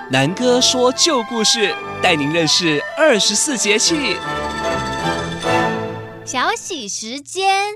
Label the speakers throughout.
Speaker 1: 南哥说旧故事，带您认识24节气。
Speaker 2: 小喜时间，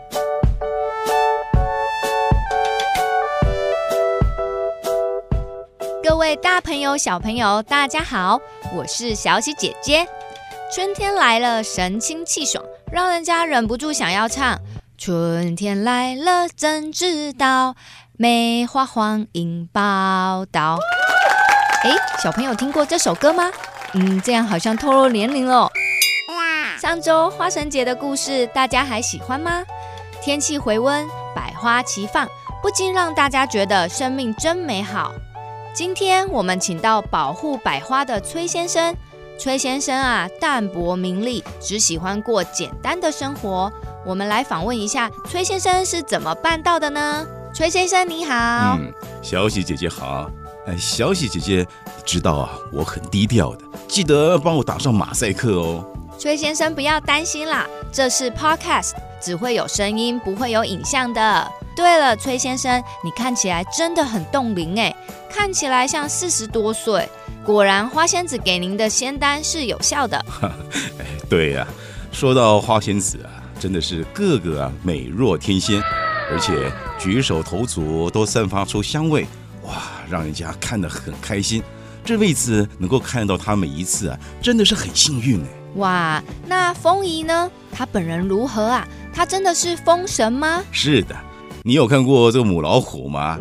Speaker 2: 各位大朋友小朋友大家好，我是小喜姐姐。春天来了，神清气爽，让人家忍不住想要唱春天来了怎知道，梅花黄莺报道。小朋友听过这首歌吗？这样好像透露年龄了。上周花神节的故事大家还喜欢吗？天气回温，百花齐放，不禁让大家觉得生命真美好。今天我们请到保护百花的崔先生。崔先生啊，淡泊名利，只喜欢过简单的生活。我们来访问一下崔先生是怎么办到的呢？崔先生你好。
Speaker 3: 小喜姐姐好。小喜姐姐知道啊，我很低调的，记得帮我打上马赛克哦。
Speaker 2: 崔先生不要担心啦，这是 podcast， 只会有声音，不会有影像的。对了，崔先生，你看起来真的很冻龄耶，看起来像40多岁。果然花仙子给您的仙丹是有效的。
Speaker 3: 对啊，说到花仙子啊，真的是个个美若天仙，而且举手投足都散发出香味，哇，让人家看得很开心。这辈子能够看到她每一次啊，真的是很幸运耶。
Speaker 2: 哇，那风姨呢？她本人如何啊？她真的是风神吗？
Speaker 3: 是的，你有看过这个母老虎吗？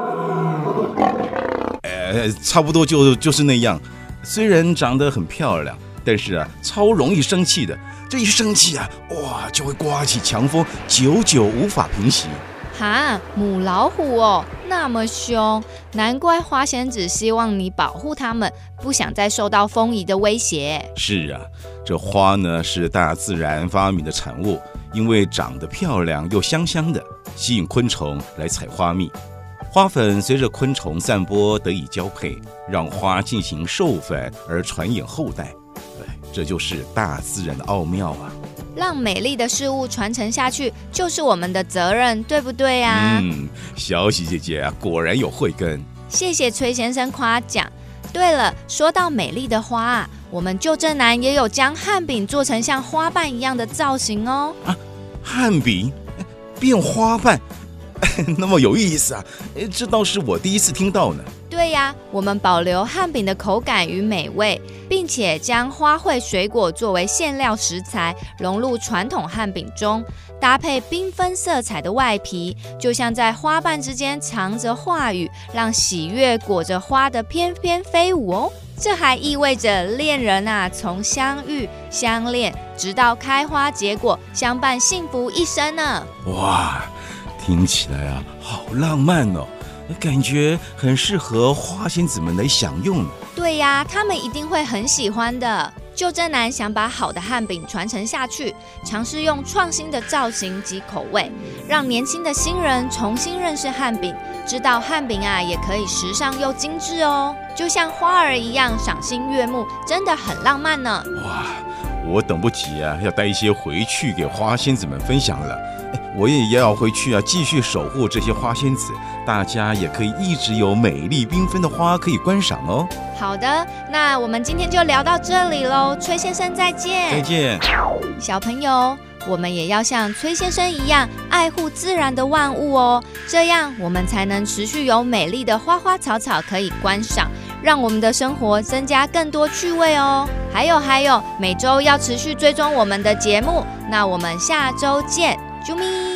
Speaker 3: 差不多就是那样。虽然长得很漂亮，但是啊，超容易生气的。这一生气啊，哇，就会刮起强风，久久无法平息。
Speaker 2: 哈，母老虎哦，那么凶，难怪花仙子希望你保护它们，不想再受到风姨的威胁。
Speaker 3: 是啊，这花呢是大自然发明的产物，因为长得漂亮又香香的，吸引昆虫来采花蜜。花粉随着昆虫散播得以交配，让花进行授粉而传衍后代。这就是大自然的奥妙啊！
Speaker 2: 让美丽的事物传承下去，就是我们的责任，对不对啊？
Speaker 3: 小喜姐姐啊，果然有慧根。
Speaker 2: 谢谢崔先生夸奖。对了，说到美丽的花啊，我们旧镇南也有将汉饼做成像花瓣一样的造型哦。
Speaker 3: 汉饼变花瓣，那么有意思啊！这倒是我第一次听到呢。
Speaker 2: 对呀，我们保留汉饼的口感与美味，并且将花卉水果作为馅料食材融入传统汉饼中，搭配缤纷色彩的外皮，就像在花瓣之间藏着话语，让喜悦裹着花的翩翩飞舞哦。这还意味着恋人啊，从相遇相恋直到开花结果，相伴幸福一生呢。
Speaker 3: 哇，听起来啊，好浪漫哦，感觉很适合花仙子们来享用呢。
Speaker 2: 对呀，他们一定会很喜欢的。旧镇南想把好的汉饼传承下去，尝试用创新的造型及口味，让年轻的新人重新认识汉饼，知道汉饼啊也可以时尚又精致哦，就像花儿一样赏心悦目，真的很浪漫呢。
Speaker 3: 哇，我等不及啊，要带一些回去给花仙子们分享了。我也要回去啊，继续守护这些花仙子，大家也可以一直有美丽缤纷的花可以观赏哦。
Speaker 2: 好的，那我们今天就聊到这里咯，崔先生再见。
Speaker 3: 再见。
Speaker 2: 小朋友，我们也要像崔先生一样爱护自然的万物哦，这样我们才能持续有美丽的花花草草可以观赏，让我们的生活增加更多趣味哦。还有，每周要持续追踪我们的节目，那我们下周见，啾咪。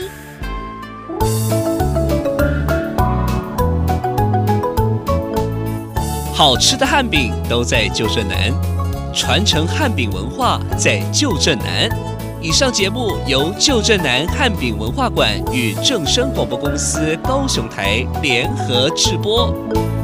Speaker 1: 好吃的汉饼都在旧镇南，传承汉饼文化在旧镇南。以上节目由旧镇南汉饼文化馆与正声广播公司高雄台联合制播。